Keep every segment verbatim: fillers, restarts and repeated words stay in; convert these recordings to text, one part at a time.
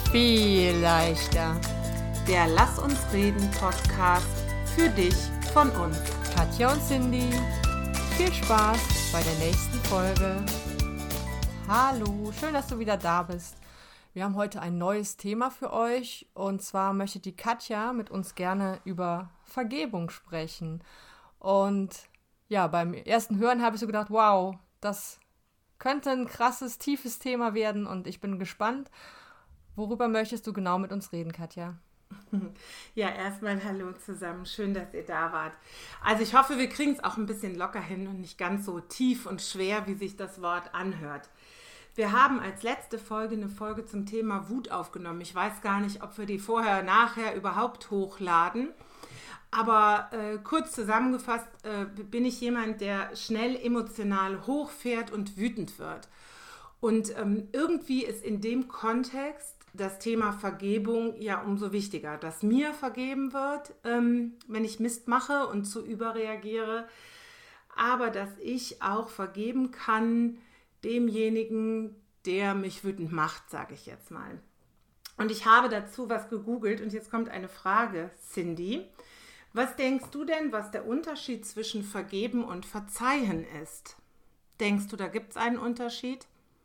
viel leichter. Der Lass uns reden Podcast für dich von uns. Katja und Cindy, viel Spaß bei der nächsten Folge. Hallo, schön, dass du wieder da bist. Wir haben heute ein neues Thema für euch und zwar möchte die Katja mit uns gerne über Vergebung sprechen. Und ja, beim ersten Hören habe ich so gedacht, wow, das könnte ein krasses, tiefes Thema werden und ich bin gespannt. Worüber möchtest du genau mit uns reden, Katja? Ja, erstmal hallo zusammen. Schön, dass ihr da wart. Also ich hoffe, wir kriegen es auch ein bisschen locker hin und nicht ganz so tief und schwer, wie sich das Wort anhört. Wir haben als letzte Folge eine Folge zum Thema Wut aufgenommen. Ich weiß gar nicht, ob wir die vorher, nachher überhaupt hochladen. Aber äh, kurz zusammengefasst äh, bin ich jemand, der schnell emotional hochfährt und wütend wird. Und ähm, irgendwie ist in dem Kontext das Thema Vergebung ja umso wichtiger, dass mir vergeben wird, ähm, wenn ich Mist mache und zu überreagiere, aber dass ich auch vergeben kann demjenigen, der mich wütend macht, sage ich jetzt mal. Und ich habe dazu was gegoogelt und jetzt kommt eine Frage, Cindy. Was denkst du denn, was der Unterschied zwischen Vergeben und Verzeihen ist? Denkst du, da gibt es einen Unterschied?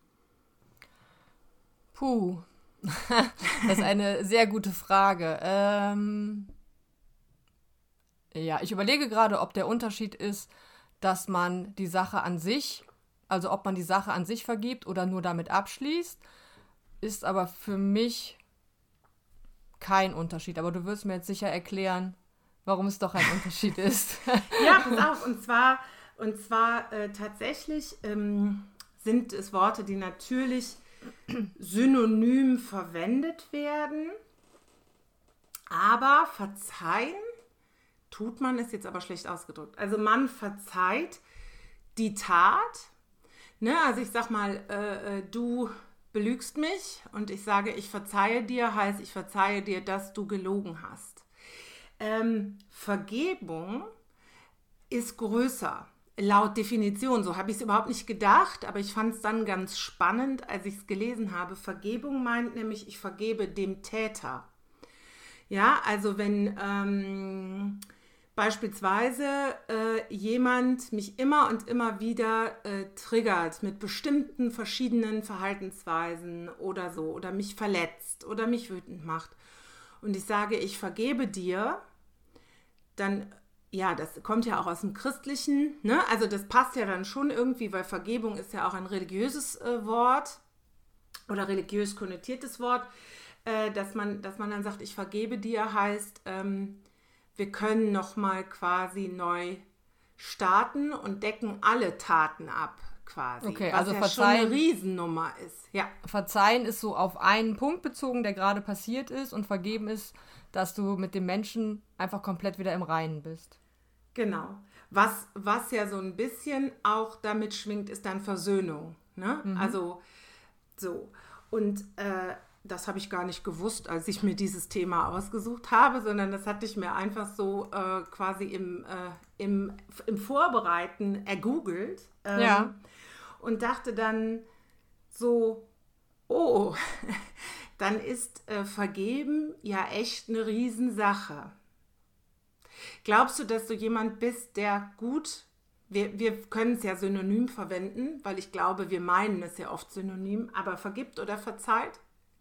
Puh, das ist eine sehr gute Frage. Ähm, ja, ich überlege gerade, ob der Unterschied ist, dass man die Sache an sich, also ob man die Sache an sich vergibt oder nur damit abschließt, ist aber für mich kein Unterschied. Aber du wirst mir jetzt sicher erklären, warum es doch ein Unterschied ist. Ja, pass auf, und zwar, und zwar äh, tatsächlich ähm, sind es Worte, die natürlich synonym verwendet werden, aber verzeihen tut man, ist jetzt aber schlecht ausgedrückt. Also man verzeiht die Tat, ne? Also ich sag mal, äh, du belügst mich und ich sage, ich verzeihe dir, heißt ich verzeihe dir, dass du gelogen hast. Ähm, Vergebung ist größer. Laut Definition, so habe ich es überhaupt nicht gedacht, aber ich fand es dann ganz spannend, als ich es gelesen habe. Vergebung meint nämlich, ich vergebe dem Täter. Ja, also wenn ähm, beispielsweise äh, jemand mich immer und immer wieder äh, triggert mit bestimmten verschiedenen Verhaltensweisen oder so, oder mich verletzt oder mich wütend macht und ich sage, ich vergebe dir, dann ja, das kommt ja auch aus dem Christlichen, ne? Also das passt ja dann schon irgendwie, weil Vergebung ist ja auch ein religiöses äh, Wort oder religiös konnotiertes Wort, äh, dass man, dass man dann sagt, ich vergebe dir, heißt, ähm, wir können nochmal quasi neu starten und decken alle Taten ab quasi, okay, was also ja verzeihen, schon eine Riesennummer ist. Ja. Verzeihen ist so auf einen Punkt bezogen, der gerade passiert ist und vergeben ist, dass du mit dem Menschen einfach komplett wieder im Reinen bist. Genau. Was, was ja so ein bisschen auch damit schwingt, ist dann Versöhnung. Ne? Mhm. Also so. Und äh, das habe ich gar nicht gewusst, als ich mir dieses Thema ausgesucht habe, sondern das hatte ich mir einfach so äh, quasi im, äh, im, im Vorbereiten ergoogelt. Ähm, ja. Und dachte dann so, oh, dann ist äh, Vergeben ja echt eine Riesensache. Glaubst du, dass du jemand bist, der gut, wir, wir können es ja synonym verwenden, weil ich glaube, wir meinen es ja oft synonym, aber vergibt oder verzeiht?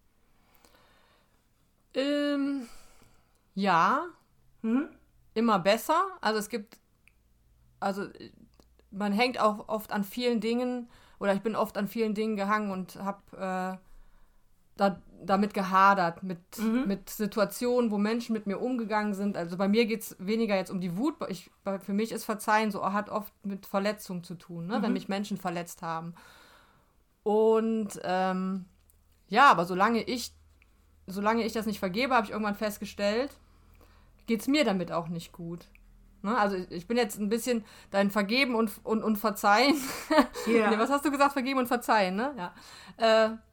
Ähm, ja, hm? Immer besser. Also es gibt, also man hängt auch oft an vielen Dingen, oder ich bin oft an vielen Dingen gehangen und habe äh, da, damit gehadert, mit, mhm. mit Situationen, wo Menschen mit mir umgegangen sind. Also bei mir geht es weniger jetzt um die Wut. Ich, für mich ist Verzeihen so, hat oft mit Verletzung zu tun, ne? Mhm. Wenn mich Menschen verletzt haben. Und ähm, ja, aber solange ich, solange ich das nicht vergebe, habe ich irgendwann festgestellt, geht es mir damit auch nicht gut. Ne? Also ich bin jetzt ein bisschen dein Vergeben und, und, und Verzeihen. Yeah. Nee, was hast du gesagt? Vergeben und Verzeihen, ne? Ja. Äh,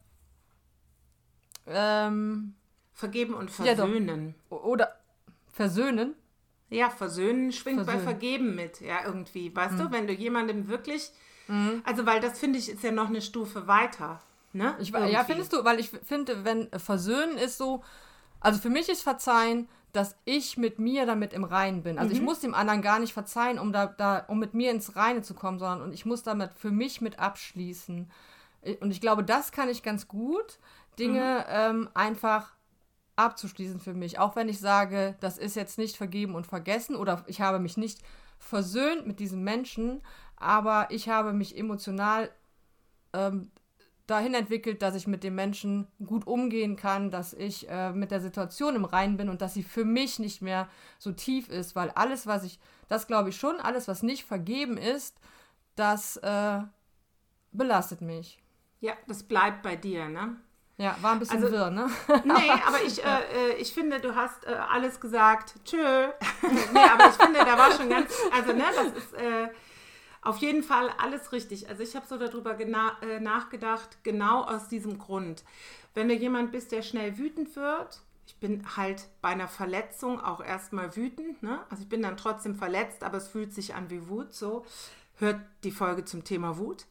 Ähm, Vergeben und versöhnen. Ja, oder versöhnen? Ja, versöhnen schwingt versöhnen. Bei Vergeben mit, ja, irgendwie. Weißt mhm. du, wenn du jemandem wirklich, mhm. also weil das finde ich ist ja noch eine Stufe weiter. Ne? Ich, ja, findest du, weil ich finde, wenn Versöhnen ist so, also für mich ist Verzeihen, dass ich mit mir damit im Reinen bin. Also mhm. ich muss dem anderen gar nicht verzeihen, um da, da, um mit mir ins Reine zu kommen, sondern und ich muss damit für mich mit abschließen. Und ich glaube, das kann ich ganz gut, Dinge mhm. ähm, einfach abzuschließen für mich. Auch wenn ich sage, das ist jetzt nicht vergeben und vergessen oder ich habe mich nicht versöhnt mit diesem Menschen, aber ich habe mich emotional ähm, dahin entwickelt, dass ich mit dem Menschen gut umgehen kann, dass ich äh, mit der Situation im Reinen bin und dass sie für mich nicht mehr so tief ist, weil alles, was ich, das glaube ich schon, alles, was nicht vergeben ist, das äh, belastet mich. Ja, das bleibt bei dir, ne? Ja, war ein bisschen also, wirr, ne? Nee, aber ich, äh, ich finde, du hast äh, alles gesagt. Tschö. Nee, aber ich finde, da war schon ganz, also ne, das ist äh, auf jeden Fall alles richtig. Also ich habe so darüber gena- äh, nachgedacht, genau aus diesem Grund. Wenn du jemand bist, der schnell wütend wird, ich bin halt bei einer Verletzung auch erstmal wütend, ne? Also ich bin dann trotzdem verletzt, aber es fühlt sich an wie Wut, so. Hört die Folge zum Thema Wut.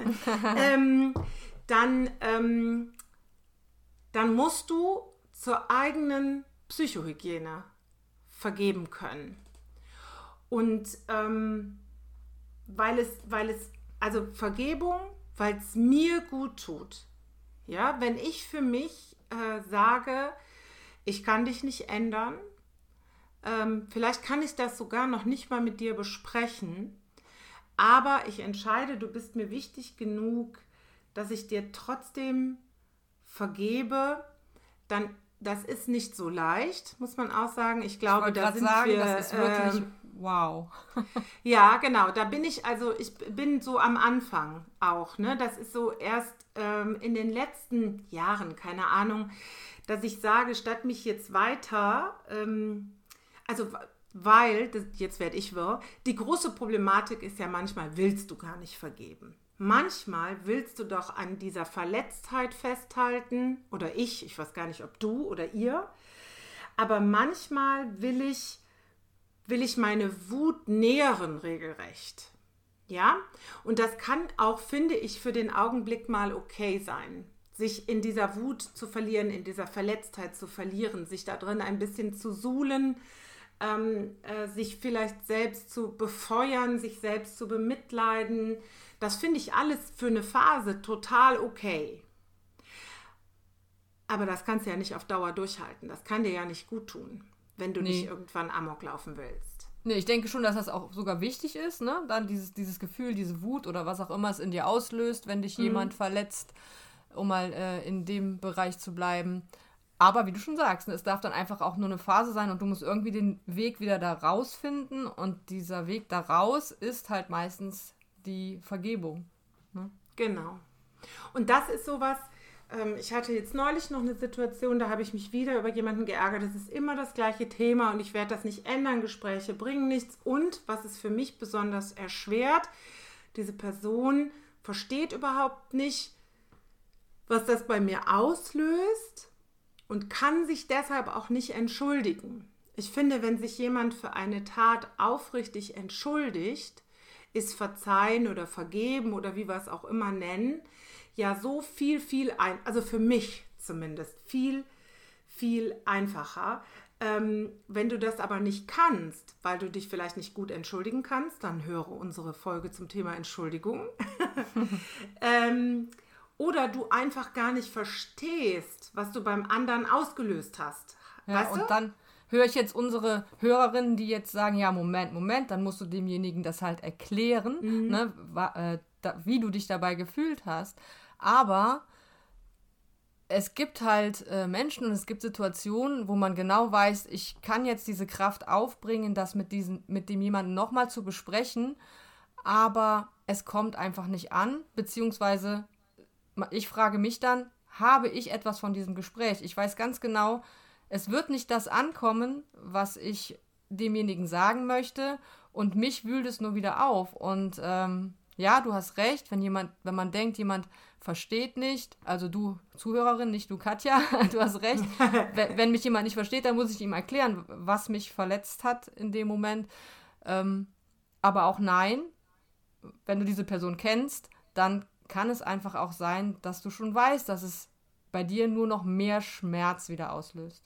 ähm, dann... Ähm, dann musst du zur eigenen Psychohygiene vergeben können. Und ähm, weil es, weil es, also Vergebung, weil es mir gut tut. Ja, wenn ich für mich äh, sage, ich kann dich nicht ändern, ähm, vielleicht kann ich das sogar noch nicht mal mit dir besprechen, aber ich entscheide, du bist mir wichtig genug, dass ich dir trotzdem vergebe, dann, das ist nicht so leicht, muss man auch sagen. Ich glaube, ich da sind sagen, wir... Das ist wirklich, äh, wow. Ja, genau, da bin ich, also ich bin so am Anfang auch, ne? Das ist so erst ähm, in den letzten Jahren, keine Ahnung, dass ich sage, statt mich jetzt weiter, ähm, also weil, das, jetzt werde ich wirr, die große Problematik ist ja manchmal, willst du gar nicht vergeben. Manchmal willst du doch an dieser Verletztheit festhalten, oder ich, ich weiß gar nicht, ob du oder ihr, aber manchmal will ich, will ich meine Wut nähren regelrecht. Ja, und das kann auch, finde ich, für den Augenblick mal okay sein, sich in dieser Wut zu verlieren, in dieser Verletztheit zu verlieren, sich da drin ein bisschen zu suhlen, ähm, äh, sich vielleicht selbst zu befeuern, sich selbst zu bemitleiden. Das finde ich alles für eine Phase total okay. Aber das kannst du ja nicht auf Dauer durchhalten. Das kann dir ja nicht gut tun, wenn du nee. nicht irgendwann Amok laufen willst. Nee, ich denke schon, dass das auch sogar wichtig ist, ne? Dann dieses, dieses Gefühl, diese Wut oder was auch immer es in dir auslöst, wenn dich mhm. jemand verletzt, um mal äh, in dem Bereich zu bleiben. Aber wie du schon sagst, ne, es darf dann einfach auch nur eine Phase sein und du musst irgendwie den Weg wieder da rausfinden und dieser Weg da raus ist halt meistens die Vergebung. Ne? Genau. Und das ist sowas, ähm, ich hatte jetzt neulich noch eine Situation, da habe ich mich wieder über jemanden geärgert, das ist immer das gleiche Thema und ich werde das nicht ändern, Gespräche bringen nichts und, was es für mich besonders erschwert, diese Person versteht überhaupt nicht, was das bei mir auslöst und kann sich deshalb auch nicht entschuldigen. Ich finde, wenn sich jemand für eine Tat aufrichtig entschuldigt, ist Verzeihen oder Vergeben oder wie wir es auch immer nennen, ja so viel, viel, ein, also für mich zumindest, viel, viel einfacher. Ähm, wenn du das aber nicht kannst, weil du dich vielleicht nicht gut entschuldigen kannst, dann höre unsere Folge zum Thema Entschuldigung. ähm, oder du einfach gar nicht verstehst, was du beim anderen ausgelöst hast. Ja, weißt und du? dann höre ich jetzt unsere Hörerinnen, die jetzt sagen, ja, Moment, Moment, dann musst du demjenigen das halt erklären, mhm. ne, wa, äh, da, wie du dich dabei gefühlt hast. Aber es gibt halt äh, Menschen und es gibt Situationen, wo man genau weiß, ich kann jetzt diese Kraft aufbringen, das mit, diesen, mit dem jemanden nochmal zu besprechen, aber es kommt einfach nicht an, beziehungsweise ich frage mich dann, habe ich etwas von diesem Gespräch? Ich weiß ganz genau, es wird nicht das ankommen, was ich demjenigen sagen möchte und mich wühlt es nur wieder auf. Und ähm, ja, du hast recht, wenn jemand, wenn man denkt, jemand versteht nicht, also du Zuhörerin, nicht du Katja, du hast recht, wenn, wenn mich jemand nicht versteht, dann muss ich ihm erklären, was mich verletzt hat in dem Moment. Ähm, aber auch nein, wenn du diese Person kennst, dann kann es einfach auch sein, dass du schon weißt, dass es bei dir nur noch mehr Schmerz wieder auslöst.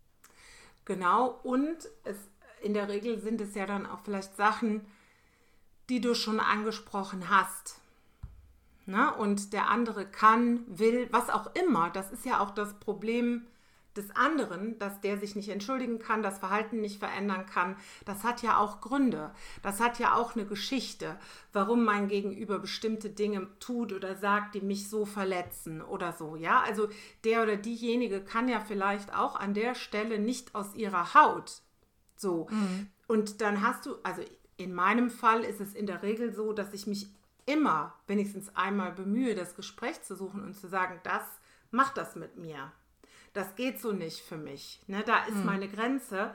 Genau, und es, in der Regel sind es ja dann auch vielleicht Sachen, die du schon angesprochen hast. Ne? Und der andere kann, will, was auch immer. Das ist ja auch das Problem des anderen, dass der sich nicht entschuldigen kann, das Verhalten nicht verändern kann. Das hat ja auch Gründe. Das hat ja auch eine Geschichte, warum mein Gegenüber bestimmte Dinge tut oder sagt, die mich so verletzen oder so. Ja, also der oder diejenige kann ja vielleicht auch an der Stelle nicht aus ihrer Haut. So. Mhm. Und dann hast du, also in meinem Fall ist es in der Regel so, dass ich mich immer wenigstens einmal bemühe, das Gespräch zu suchen und zu sagen, das macht das mit mir. Das geht so nicht für mich. Ne? Da ist hm. meine Grenze.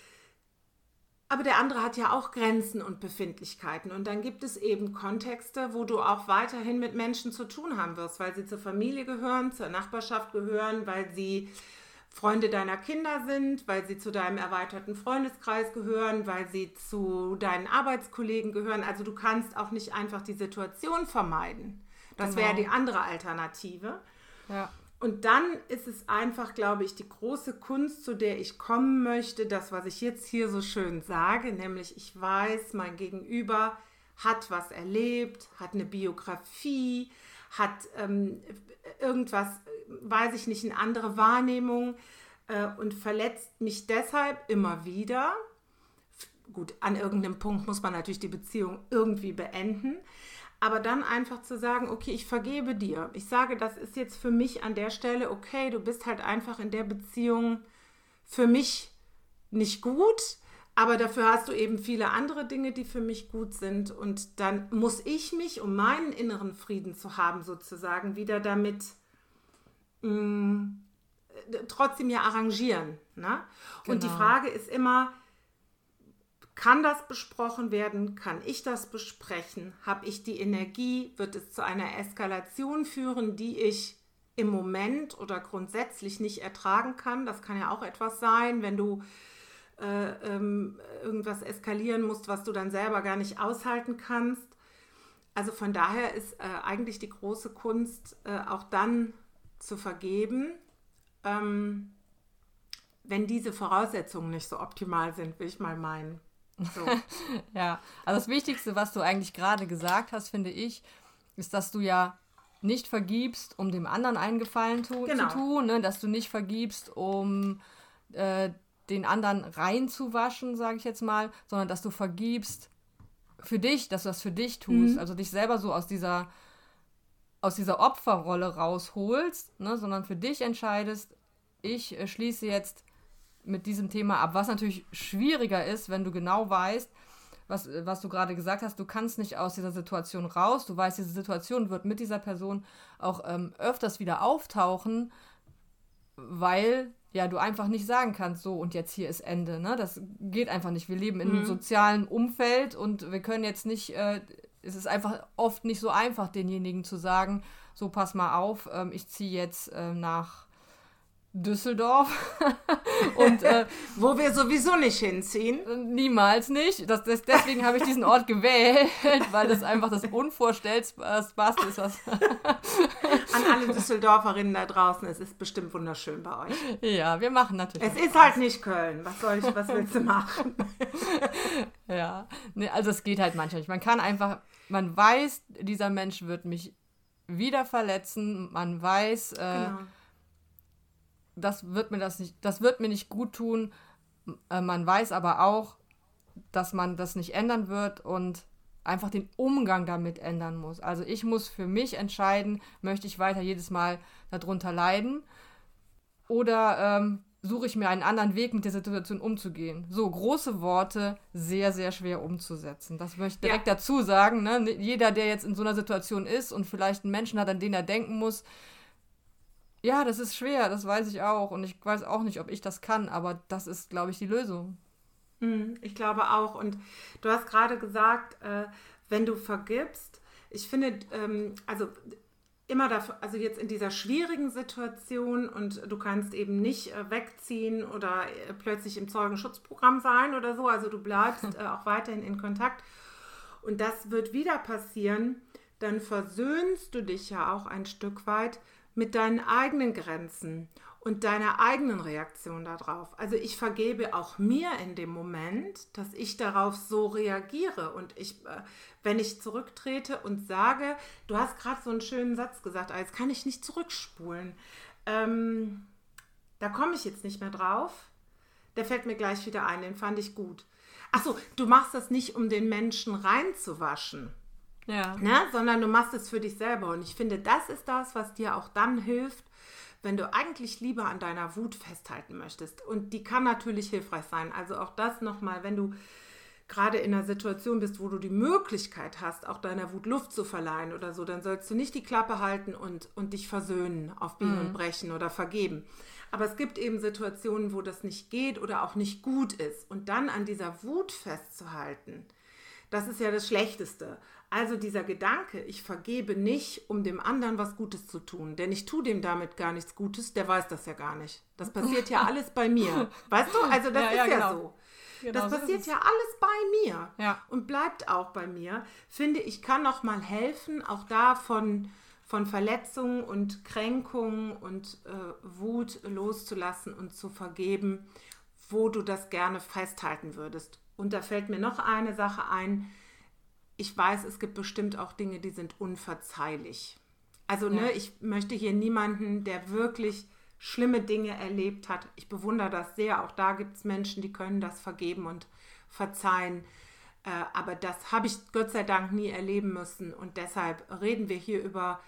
Aber der andere hat ja auch Grenzen und Befindlichkeiten. Und dann gibt es eben Kontexte, wo du auch weiterhin mit Menschen zu tun haben wirst, weil sie zur Familie gehören, zur Nachbarschaft gehören, weil sie Freunde deiner Kinder sind, weil sie zu deinem erweiterten Freundeskreis gehören, weil sie zu deinen Arbeitskollegen gehören. Also du kannst auch nicht einfach die Situation vermeiden. Das genau. wäre die andere Alternative. Ja. Und dann ist es einfach, glaube ich, die große Kunst, zu der ich kommen möchte, das, was ich jetzt hier so schön sage, nämlich ich weiß, mein Gegenüber hat was erlebt, hat eine Biografie, hat ähm, irgendwas, weiß ich nicht, eine andere Wahrnehmung äh, und verletzt mich deshalb immer wieder. Gut, an irgendeinem Punkt muss man natürlich die Beziehung irgendwie beenden. Aber dann einfach zu sagen, okay, ich vergebe dir. Ich sage, das ist jetzt für mich an der Stelle okay, du bist halt einfach in der Beziehung für mich nicht gut, aber dafür hast du eben viele andere Dinge, die für mich gut sind. Und dann muss ich mich, um meinen inneren Frieden zu haben, sozusagen, wieder damit mh, trotzdem ja arrangieren. Ne? Genau. Und die Frage ist immer, kann das besprochen werden? Kann ich das besprechen? Habe ich die Energie? Wird es zu einer Eskalation führen, die ich im Moment oder grundsätzlich nicht ertragen kann? Das kann ja auch etwas sein, wenn du äh, ähm, irgendwas eskalieren musst, was du dann selber gar nicht aushalten kannst. Also von daher ist äh, eigentlich die große Kunst, äh, auch dann zu vergeben, ähm, wenn diese Voraussetzungen nicht so optimal sind, will ich mal meinen. So. Ja, also das Wichtigste, was du eigentlich gerade gesagt hast, finde ich, ist, dass du ja nicht vergibst, um dem anderen einen Gefallen tu- genau. zu tun, ne? Dass du nicht vergibst, um äh, den anderen reinzuwaschen, sage ich jetzt mal, sondern dass du vergibst für dich, dass du das für dich tust, mhm. also dich selber so aus dieser, aus dieser Opferrolle rausholst, ne? Sondern für dich entscheidest, ich äh, schließe jetzt mit diesem Thema ab, was natürlich schwieriger ist, wenn du genau weißt, was, was du gerade gesagt hast, du kannst nicht aus dieser Situation raus, du weißt, diese Situation wird mit dieser Person auch ähm, öfters wieder auftauchen, weil ja du einfach nicht sagen kannst, so und jetzt hier ist Ende, ne? Das geht einfach nicht, wir leben in mhm. einem sozialen Umfeld und wir können jetzt nicht, äh, es ist einfach oft nicht so einfach, denjenigen zu sagen, so pass mal auf, ähm, ich ziehe jetzt äh, nach Düsseldorf. und, äh, wo wir sowieso nicht hinziehen. Niemals nicht. Das, das, deswegen habe ich diesen Ort gewählt, weil das einfach das Unvorstellbarste ist. Was An alle Düsseldorferinnen da draußen, es ist bestimmt wunderschön bei euch. Ja, wir machen natürlich. Es ist was. Halt nicht Köln. Was soll ich, was willst du machen? Ja, nee, also es geht halt manchmal nicht. Man kann einfach, man weiß, dieser Mensch wird mich wieder verletzen. Man weiß, äh, genau. Das wird mir das nicht, das wird mir nicht gut tun. Äh, man weiß aber auch, dass man das nicht ändern wird und einfach den Umgang damit ändern muss. Also ich muss für mich entscheiden, möchte ich weiter jedes Mal darunter leiden oder ähm, suche ich mir einen anderen Weg, mit der Situation umzugehen. So, große Worte, sehr, sehr schwer umzusetzen. Das möchte ich direkt ja. dazu sagen. Ne? Jeder, der jetzt in so einer Situation ist und vielleicht einen Menschen hat, an den er denken muss, ja, das ist schwer, das weiß ich auch. Und ich weiß auch nicht, ob ich das kann, aber das ist, glaube ich, die Lösung. Ich glaube auch. Und du hast gerade gesagt, äh, wenn du vergibst, ich finde, ähm, also immer dafür, also jetzt in dieser schwierigen Situation und du kannst eben nicht äh, wegziehen oder äh, plötzlich im Zeugenschutzprogramm sein oder so, also du bleibst äh, auch weiterhin in Kontakt. Und das wird wieder passieren, dann versöhnst du dich ja auch ein Stück weit mit deinen eigenen Grenzen und deiner eigenen Reaktion darauf. Also ich vergebe auch mir in dem Moment, dass ich darauf so reagiere. Und ich, wenn ich zurücktrete und sage, du hast gerade so einen schönen Satz gesagt, jetzt kann ich nicht zurückspulen. Ähm, da komme ich jetzt nicht mehr drauf. Der fällt mir gleich wieder ein, den fand ich gut. Achso, du machst das nicht, um den Menschen reinzuwaschen. Ja. Ne? Sondern du machst es für dich selber. Und ich finde, das ist das, was dir auch dann hilft, wenn du eigentlich lieber an deiner Wut festhalten möchtest. Und die kann natürlich hilfreich sein. Also auch das nochmal, wenn du gerade in einer Situation bist, wo du die Möglichkeit hast, auch deiner Wut Luft zu verleihen oder so, dann sollst du nicht die Klappe halten und, und dich versöhnen auf Biegen mhm. und Brechen oder vergeben. Aber es gibt eben Situationen, wo das nicht geht oder auch nicht gut ist. Und dann an dieser Wut festzuhalten, das ist ja das Schlechteste. Also dieser Gedanke, ich vergebe nicht, um dem anderen was Gutes zu tun, denn ich tue dem damit gar nichts Gutes, der weiß das ja gar nicht. Das passiert ja alles bei mir. Weißt du? Also das ja, ist ja, ja genau. so. Genau, das so passiert ja alles bei mir ja. und bleibt auch bei mir. Finde ich, kann auch mal helfen, auch da von, von Verletzungen und Kränkungen und äh, Wut loszulassen und zu vergeben, wo du das gerne festhalten würdest. Und da fällt mir noch eine Sache ein. Ich weiß, es gibt bestimmt auch Dinge, die sind unverzeihlich. Also ja. ne, ich möchte hier niemanden, der wirklich schlimme Dinge erlebt hat. Ich bewundere das sehr. Auch da gibt es Menschen, die können das vergeben und verzeihen. Äh, aber das habe ich Gott sei Dank nie erleben müssen. Und deshalb reden wir hier über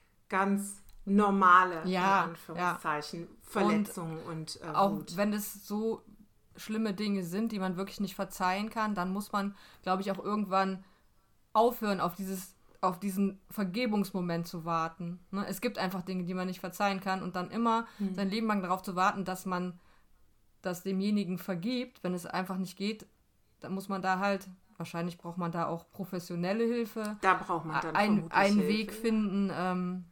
ganz normale, ja, in Anführungszeichen, ja. Verletzungen und, und äh, auch Wut. Wenn es so schlimme Dinge sind, die man wirklich nicht verzeihen kann, dann muss man, glaube ich, auch irgendwann aufhören, auf dieses, auf diesen Vergebungsmoment zu warten. Ne? Es gibt einfach Dinge, die man nicht verzeihen kann und dann immer hm. sein Leben lang darauf zu warten, dass man das demjenigen vergibt, wenn es einfach nicht geht, dann muss man da halt, wahrscheinlich braucht man da auch professionelle Hilfe. Da braucht man dann ein, einen Hilfe. Weg finden, ähm,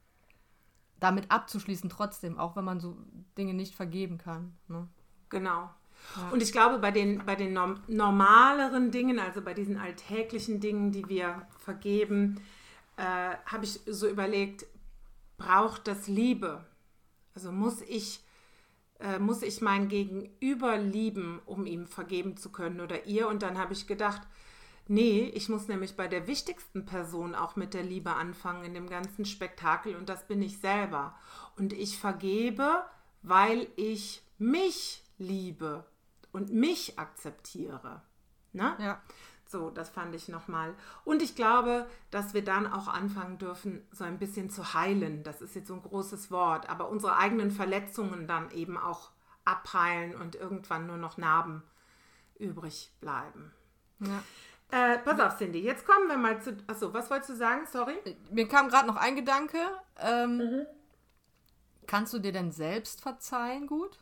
damit abzuschließen trotzdem, auch wenn man so Dinge nicht vergeben kann. Ne? Genau. Ja. Und ich glaube, bei den, bei den norm- normaleren Dingen, also bei diesen alltäglichen Dingen, die wir vergeben, äh, habe ich so überlegt, braucht das Liebe? Also muss ich, äh, muss ich mein Gegenüber lieben, um ihm vergeben zu können oder ihr? Und dann habe ich gedacht, nee, ich muss nämlich bei der wichtigsten Person auch mit der Liebe anfangen in dem ganzen Spektakel und das bin ich selber. Und ich vergebe, weil ich mich liebe und mich akzeptiere. Ne? Ja. So, das fand ich nochmal. Und ich glaube, dass wir dann auch anfangen dürfen, so ein bisschen zu heilen. Das ist jetzt so ein großes Wort, aber unsere eigenen Verletzungen dann eben auch abheilen und irgendwann nur noch Narben übrig bleiben. Ja. Äh, pass auf, Cindy, jetzt kommen wir mal zu... Achso, was wolltest du sagen? Sorry. Mir kam gerade noch ein Gedanke. Ähm, mhm. Kannst du dir denn selbst verzeihen gut?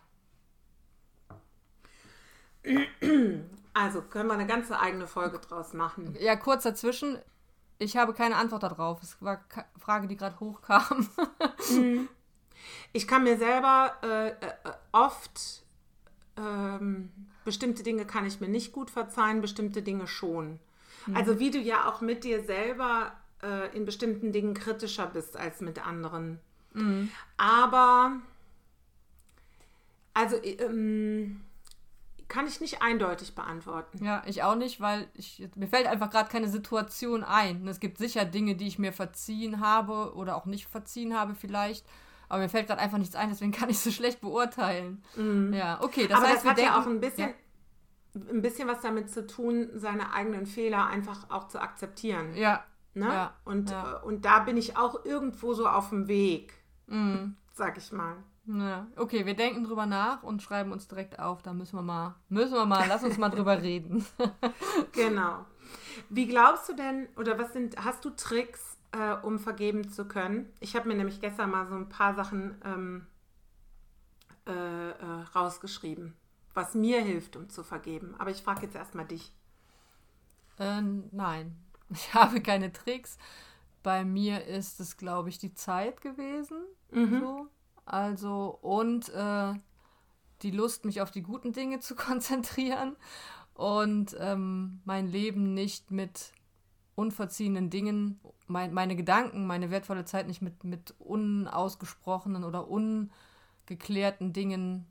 Also, können wir eine ganze eigene Folge draus machen. Ja, kurz dazwischen. Ich habe keine Antwort darauf. Es war eine Frage, die gerade hochkam. Ich kann mir selber äh, äh, oft... Ähm, bestimmte Dinge kann ich mir nicht gut verzeihen, bestimmte Dinge schon. Mhm. Also wie du ja auch mit dir selber äh, in bestimmten Dingen kritischer bist als mit anderen. Mhm. Aber also ähm, kann ich nicht eindeutig beantworten. Ja, ich auch nicht, weil ich, mir fällt einfach gerade keine Situation ein. Es gibt sicher Dinge, die ich mir verziehen habe oder auch nicht verziehen habe vielleicht. Aber mir fällt gerade einfach nichts ein, deswegen kann ich so schlecht beurteilen. Mhm. Ja, okay. Das Aber heißt, das wir hat denken, ja auch ein bisschen, ja. ein bisschen was damit zu tun, seine eigenen Fehler einfach auch zu akzeptieren. Ja. Ne? ja. Und, ja. und da bin ich auch irgendwo so auf dem Weg, mhm. sag ich mal. Ja. Okay, wir denken drüber nach und schreiben uns direkt auf. Da müssen wir mal, müssen wir mal, lass uns mal drüber reden. Genau. Wie glaubst du denn, oder was sind, hast du Tricks, Äh, um vergeben zu können? Ich habe mir nämlich gestern mal so ein paar Sachen ähm, äh, äh, rausgeschrieben, was mir hilft, um zu vergeben. Aber ich frage jetzt erstmal dich. Äh, nein, ich habe keine Tricks. Bei mir ist es, glaube ich, die Zeit gewesen. Mhm. So. Also, und äh, die Lust, mich auf die guten Dinge zu konzentrieren und ähm, mein Leben nicht mit unverziehenen Dingen, mein, meine Gedanken, meine wertvolle Zeit nicht mit, mit unausgesprochenen oder ungeklärten Dingen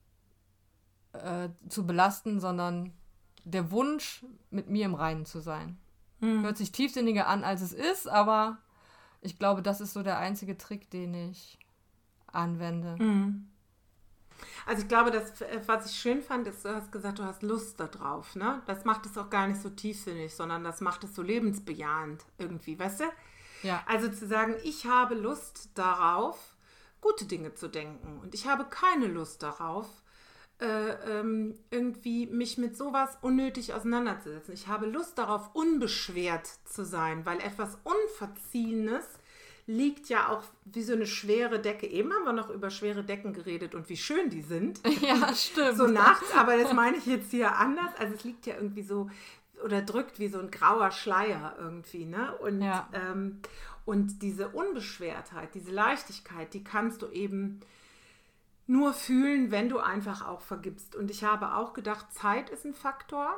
äh, zu belasten, sondern der Wunsch, mit mir im Reinen zu sein. Mhm. Hört sich tiefsinniger an, als es ist, aber ich glaube, das ist so der einzige Trick, den ich anwende. Mhm. Also ich glaube, das, was ich schön fand, ist, du hast gesagt, du hast Lust darauf, ne? Das macht es auch gar nicht so tiefsinnig, sondern das macht es so lebensbejahend irgendwie, weißt du? Ja. Also zu sagen, ich habe Lust darauf, gute Dinge zu denken und ich habe keine Lust darauf, äh, ähm, irgendwie mich mit sowas unnötig auseinanderzusetzen. Ich habe Lust darauf, unbeschwert zu sein, weil etwas Unverziehenes liegt ja auch wie so eine schwere Decke. Eben haben wir noch über schwere Decken geredet und wie schön die sind. Ja, stimmt. So nachts, aber das meine ich jetzt hier anders. Also es liegt ja irgendwie so oder drückt wie so ein grauer Schleier irgendwie, ne? Und, ja. ähm, und diese Unbeschwertheit, diese Leichtigkeit, die kannst du eben nur fühlen, wenn du einfach auch vergibst. Und ich habe auch gedacht, Zeit ist ein Faktor.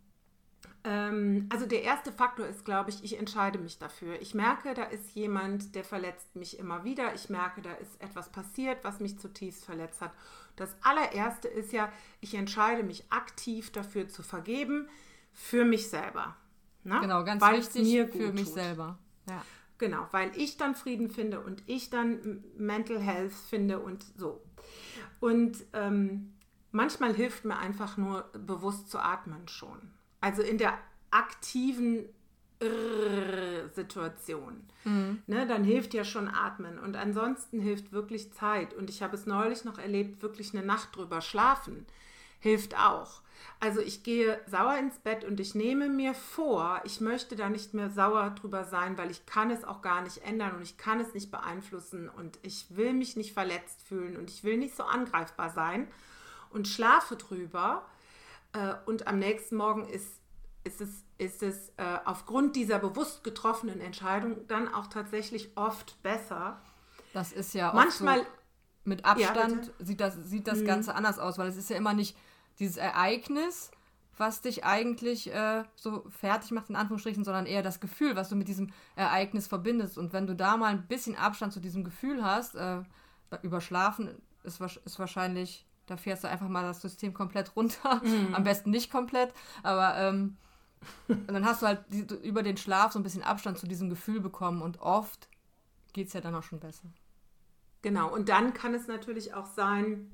Ähm, also der erste Faktor ist, glaube ich, ich entscheide mich dafür. Ich merke, da ist jemand, der verletzt mich immer wieder. Ich merke, da ist etwas passiert, was mich zutiefst verletzt hat. Das allererste ist ja, ich entscheide mich aktiv dafür zu vergeben, für mich selber. Ne? Genau, ganz weil wichtig, mir gut für mich tut. selber. Ja. Genau, weil ich dann Frieden finde und ich dann Mental Health finde und so. Und ähm, manchmal hilft mir einfach nur bewusst zu atmen schon. Also in der aktiven Situation. Mhm. Ne, dann hilft ja schon Atmen. Und ansonsten hilft wirklich Zeit. Und ich habe es neulich noch erlebt, wirklich eine Nacht drüber schlafen. Hilft auch. Also ich gehe sauer ins Bett und ich nehme mir vor, ich möchte da nicht mehr sauer drüber sein, weil ich kann es auch gar nicht ändern und ich kann es nicht beeinflussen und ich will mich nicht verletzt fühlen und ich will nicht so angreifbar sein und schlafe drüber. Äh, und am nächsten Morgen ist, ist es, ist es äh, aufgrund dieser bewusst getroffenen Entscheidung dann auch tatsächlich oft besser. Das ist ja manchmal oft so, mit Abstand ja, sieht das, sieht das mhm. Ganze anders aus, weil es ist ja immer nicht dieses Ereignis, was dich eigentlich äh, so fertig macht, in Anführungsstrichen, sondern eher das Gefühl, was du mit diesem Ereignis verbindest. Und wenn du da mal ein bisschen Abstand zu diesem Gefühl hast, äh, überschlafen ist, ist wahrscheinlich, da fährst du einfach mal das System komplett runter. Mhm. Am besten nicht komplett, aber ähm, dann hast du halt die, über den Schlaf so ein bisschen Abstand zu diesem Gefühl bekommen und oft geht es ja dann auch schon besser. Genau, und dann kann es natürlich auch sein,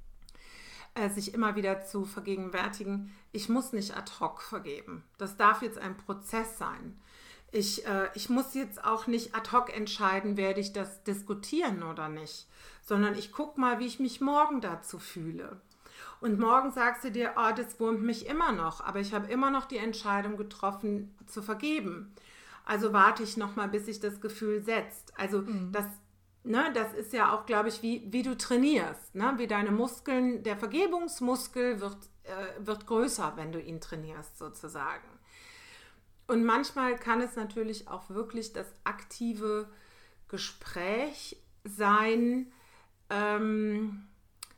sich immer wieder zu vergegenwärtigen, ich muss nicht ad hoc vergeben. Das darf jetzt ein Prozess sein. Ich, äh, ich muss jetzt auch nicht ad hoc entscheiden, werde ich das diskutieren oder nicht, sondern ich gucke mal, wie ich mich morgen dazu fühle. Und morgen sagst du dir, oh, das wurmt mich immer noch, aber ich habe immer noch die Entscheidung getroffen, zu vergeben. Also warte ich noch mal, bis sich das Gefühl setzt. Also mhm. das Ne, das ist ja auch, glaube ich, wie, wie du trainierst, ne? Wie deine Muskeln, der Vergebungsmuskel wird, äh, wird größer, wenn du ihn trainierst sozusagen. Und manchmal kann es natürlich auch wirklich das aktive Gespräch sein, ähm,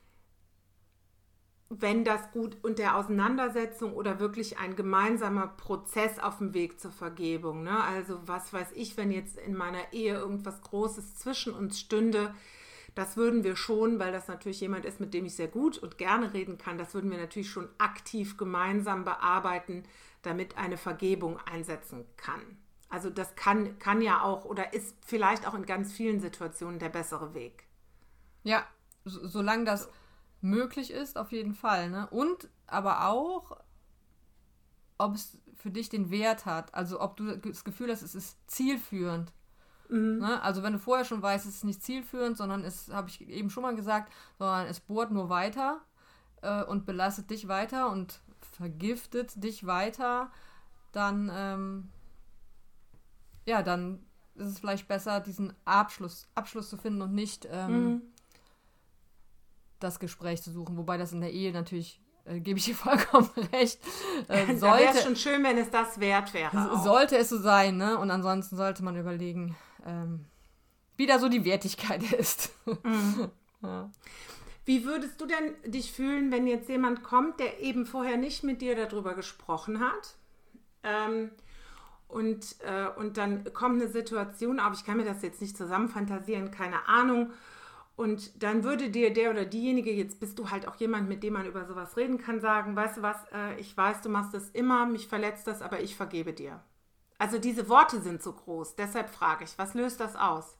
wenn das gut und der Auseinandersetzung oder wirklich ein gemeinsamer Prozess auf dem Weg zur Vergebung. Ne? Also was weiß ich, wenn jetzt in meiner Ehe irgendwas Großes zwischen uns stünde, das würden wir schon, weil das natürlich jemand ist, mit dem ich sehr gut und gerne reden kann, das würden wir natürlich schon aktiv gemeinsam bearbeiten, damit eine Vergebung einsetzen kann. Also das kann, kann ja auch oder ist vielleicht auch in ganz vielen Situationen der bessere Weg. Ja, so, solange das möglich ist, auf jeden Fall. Ne? Und aber auch, ob es für dich den Wert hat. Also ob du das Gefühl hast, es ist zielführend. Mhm. Ne? Also wenn du vorher schon weißt, es ist nicht zielführend, sondern es, habe ich eben schon mal gesagt, sondern es bohrt nur weiter äh, und belastet dich weiter und vergiftet dich weiter, dann ähm, ja, dann ist es vielleicht besser, diesen Abschluss, Abschluss zu finden und nicht ähm, mhm. das Gespräch zu suchen, wobei das in der Ehe natürlich, äh, gebe ich dir vollkommen recht, äh, sollte, da wäre es schon schön, wenn es das wert wäre. Auch. Sollte es so sein, ne? Und ansonsten sollte man überlegen, ähm, wie da so die Wertigkeit ist. Mhm. Ja. Wie würdest du denn dich fühlen, wenn jetzt jemand kommt, der eben vorher nicht mit dir darüber gesprochen hat ähm, und, äh, und dann kommt eine Situation, aber ich kann mir das jetzt nicht zusammenfantasieren, keine Ahnung. Und dann würde dir der oder diejenige, jetzt bist du halt auch jemand, mit dem man über sowas reden kann, sagen, weißt du was, äh, ich weiß, du machst das immer, mich verletzt das, aber ich vergebe dir. Also diese Worte sind so groß, deshalb frage ich, was löst das aus?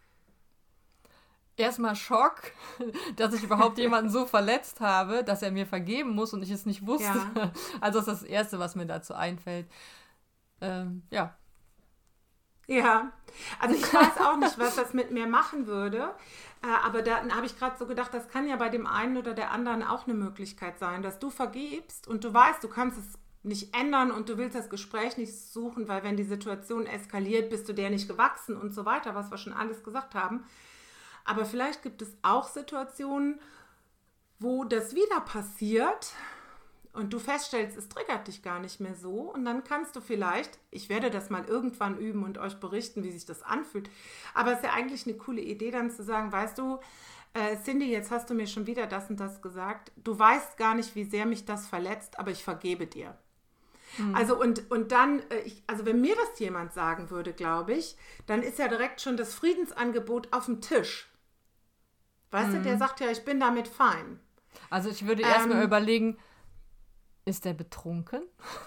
Erstmal Schock, dass ich überhaupt jemanden so verletzt habe, dass er mir vergeben muss und ich es nicht wusste. Ja. Also das ist das Erste, was mir dazu einfällt. Ähm, ja. Ja, also ich weiß auch nicht, was das mit mir machen würde, äh, aber da habe ich gerade so gedacht, das kann ja bei dem einen oder der anderen auch eine Möglichkeit sein, dass du vergibst und du weißt, du kannst es nicht ändern und du willst das Gespräch nicht suchen, weil wenn die Situation eskaliert, bist du der nicht gewachsen und so weiter, was wir schon alles gesagt haben. Aber vielleicht gibt es auch Situationen, wo das wieder passiert und du feststellst, es triggert dich gar nicht mehr so und dann kannst du vielleicht, ich werde das mal irgendwann üben und euch berichten, wie sich das anfühlt, aber es ist ja eigentlich eine coole Idee, dann zu sagen, weißt du, äh, Cindy, jetzt hast du mir schon wieder das und das gesagt, du weißt gar nicht, wie sehr mich das verletzt, aber ich vergebe dir. Mhm. Also und, und dann, äh, ich, also wenn mir das jemand sagen würde, glaube ich, dann ist ja direkt schon das Friedensangebot auf dem Tisch. Weißt mhm. du, der sagt ja, ich bin damit fein. Also ich würde erstmal ähm, überlegen, ist der betrunken?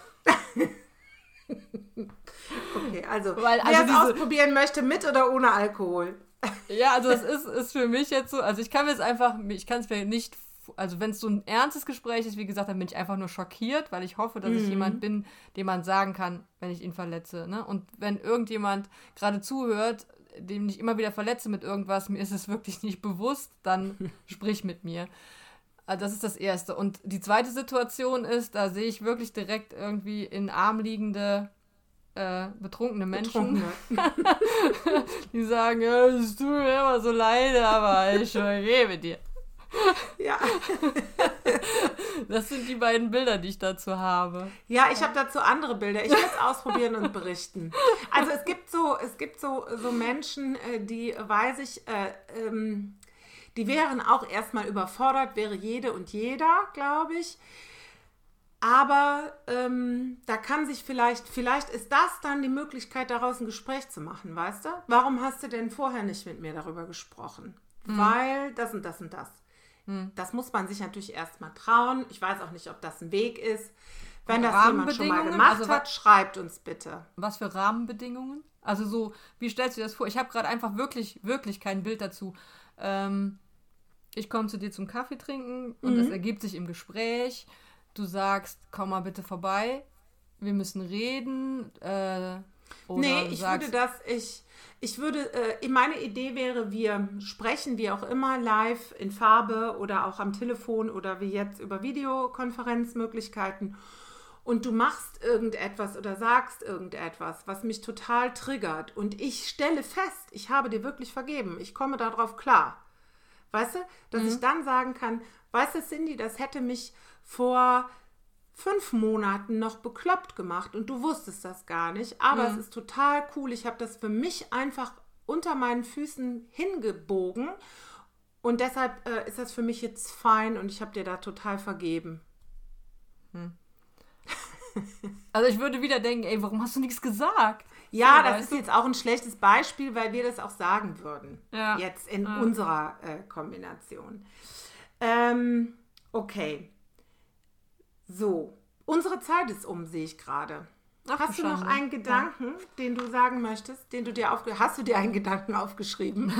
Okay, also, Weil, also wer es diese... ausprobieren möchte, mit oder ohne Alkohol? Ja, also das ist, ist für mich jetzt so, also ich kann mir jetzt einfach, ich kann es mir nicht, also wenn es so ein ernstes Gespräch ist, wie gesagt, dann bin ich einfach nur schockiert, weil ich hoffe, dass mhm. ich jemand bin, dem man sagen kann, wenn ich ihn verletze. Ne? Und wenn irgendjemand gerade zuhört, dem ich immer wieder verletze mit irgendwas, mir ist es wirklich nicht bewusst, dann sprich mit mir. Also das ist das Erste. Und die zweite Situation ist, da sehe ich wirklich direkt irgendwie in den Arm liegende, äh, betrunkene Menschen, Betrunkene. die sagen, ja, es tut mir immer so leid, aber ich vergebe dir. Ja. Das sind die beiden Bilder, die ich dazu habe. Ja, ich habe dazu andere Bilder. Ich werde es ausprobieren und berichten. Also es gibt so, es gibt so, so Menschen, die, weiß ich, äh, ähm, die wären auch erstmal überfordert, wäre jede und jeder, glaube ich. Aber ähm, da kann sich vielleicht, vielleicht ist das dann die Möglichkeit, daraus ein Gespräch zu machen, weißt du? Warum hast du denn vorher nicht mit mir darüber gesprochen? Mhm. Weil das und das und das. Mhm. Das muss man sich natürlich erstmal trauen. Ich weiß auch nicht, ob das ein Weg ist. Wenn das jemand schon mal gemacht also, hat, schreibt uns bitte. Was für Rahmenbedingungen? Also so, wie stellst du dir das vor? Ich habe gerade einfach wirklich, wirklich kein Bild dazu. Ähm, ich komme zu dir zum Kaffee trinken und mhm. das ergibt sich im Gespräch. Du sagst, komm mal bitte vorbei, wir müssen reden. Äh, oder nee, ich sagst, würde das, ich, ich würde, äh, meine Idee wäre, wir sprechen wie auch immer live in Farbe oder auch am Telefon oder wie jetzt über Videokonferenzmöglichkeiten und du machst irgendetwas oder sagst irgendetwas, was mich total triggert und ich stelle fest, ich habe dir wirklich vergeben, ich komme darauf klar. Weißt du, dass mhm. ich dann sagen kann, weißt du, Cindy, das hätte mich vor fünf Monaten noch bekloppt gemacht und du wusstest das gar nicht, aber mhm. es ist total cool, ich habe das für mich einfach unter meinen Füßen hingebogen und deshalb äh, ist das für mich jetzt fein und ich habe dir da total vergeben. Hm. Also ich würde wieder denken, ey, warum hast du nichts gesagt? Ja, so, das ist du? jetzt auch ein schlechtes Beispiel, weil wir das auch sagen würden. Ja. Jetzt in ja. unserer äh, Kombination. Ähm, okay. So, unsere Zeit ist um, sehe ich gerade. Hast du noch einen Gedanken, ja. den du sagen möchtest, den du dir aufge... Hast du dir einen Gedanken aufgeschrieben?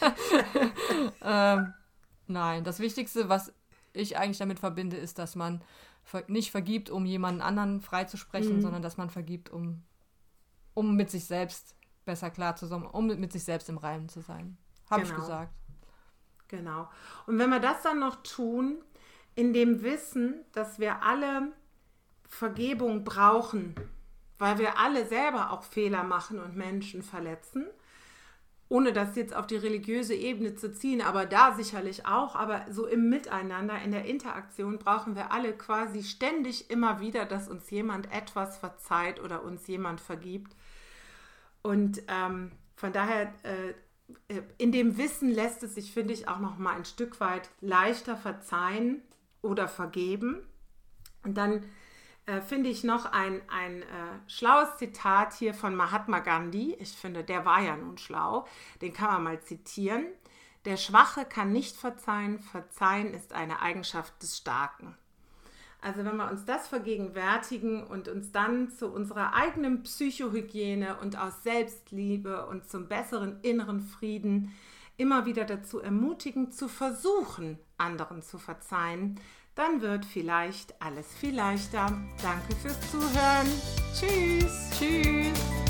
ähm, nein, das Wichtigste, was ich eigentlich damit verbinde, ist, dass man nicht vergibt, um jemanden anderen freizusprechen, mhm. sondern dass man vergibt, um, um mit sich selbst besser klar zu sein, um mit, mit sich selbst im Reinen zu sein. Habe genau. ich gesagt. Genau. Und wenn wir das dann noch tun, in dem Wissen, dass wir alle Vergebung brauchen, weil wir alle selber auch Fehler machen und Menschen verletzen, ohne das jetzt auf die religiöse Ebene zu ziehen, aber da sicherlich auch, aber so im Miteinander, in der Interaktion brauchen wir alle quasi ständig immer wieder, dass uns jemand etwas verzeiht oder uns jemand vergibt. Und ähm, von daher, äh, in dem Wissen lässt es sich, finde ich, auch noch mal ein Stück weit leichter verzeihen oder vergeben. Und dann äh, finde ich noch ein, ein äh, schlaues Zitat hier von Mahatma Gandhi. Ich finde, der war ja nun schlau. Den kann man mal zitieren. Der Schwache kann nicht verzeihen. Verzeihen ist eine Eigenschaft des Starken. Also wenn wir uns das vergegenwärtigen und uns dann zu unserer eigenen Psychohygiene und aus Selbstliebe und zum besseren inneren Frieden immer wieder dazu ermutigen, zu versuchen, anderen zu verzeihen, dann wird vielleicht alles viel leichter. Danke fürs Zuhören. Tschüss. Tschüss.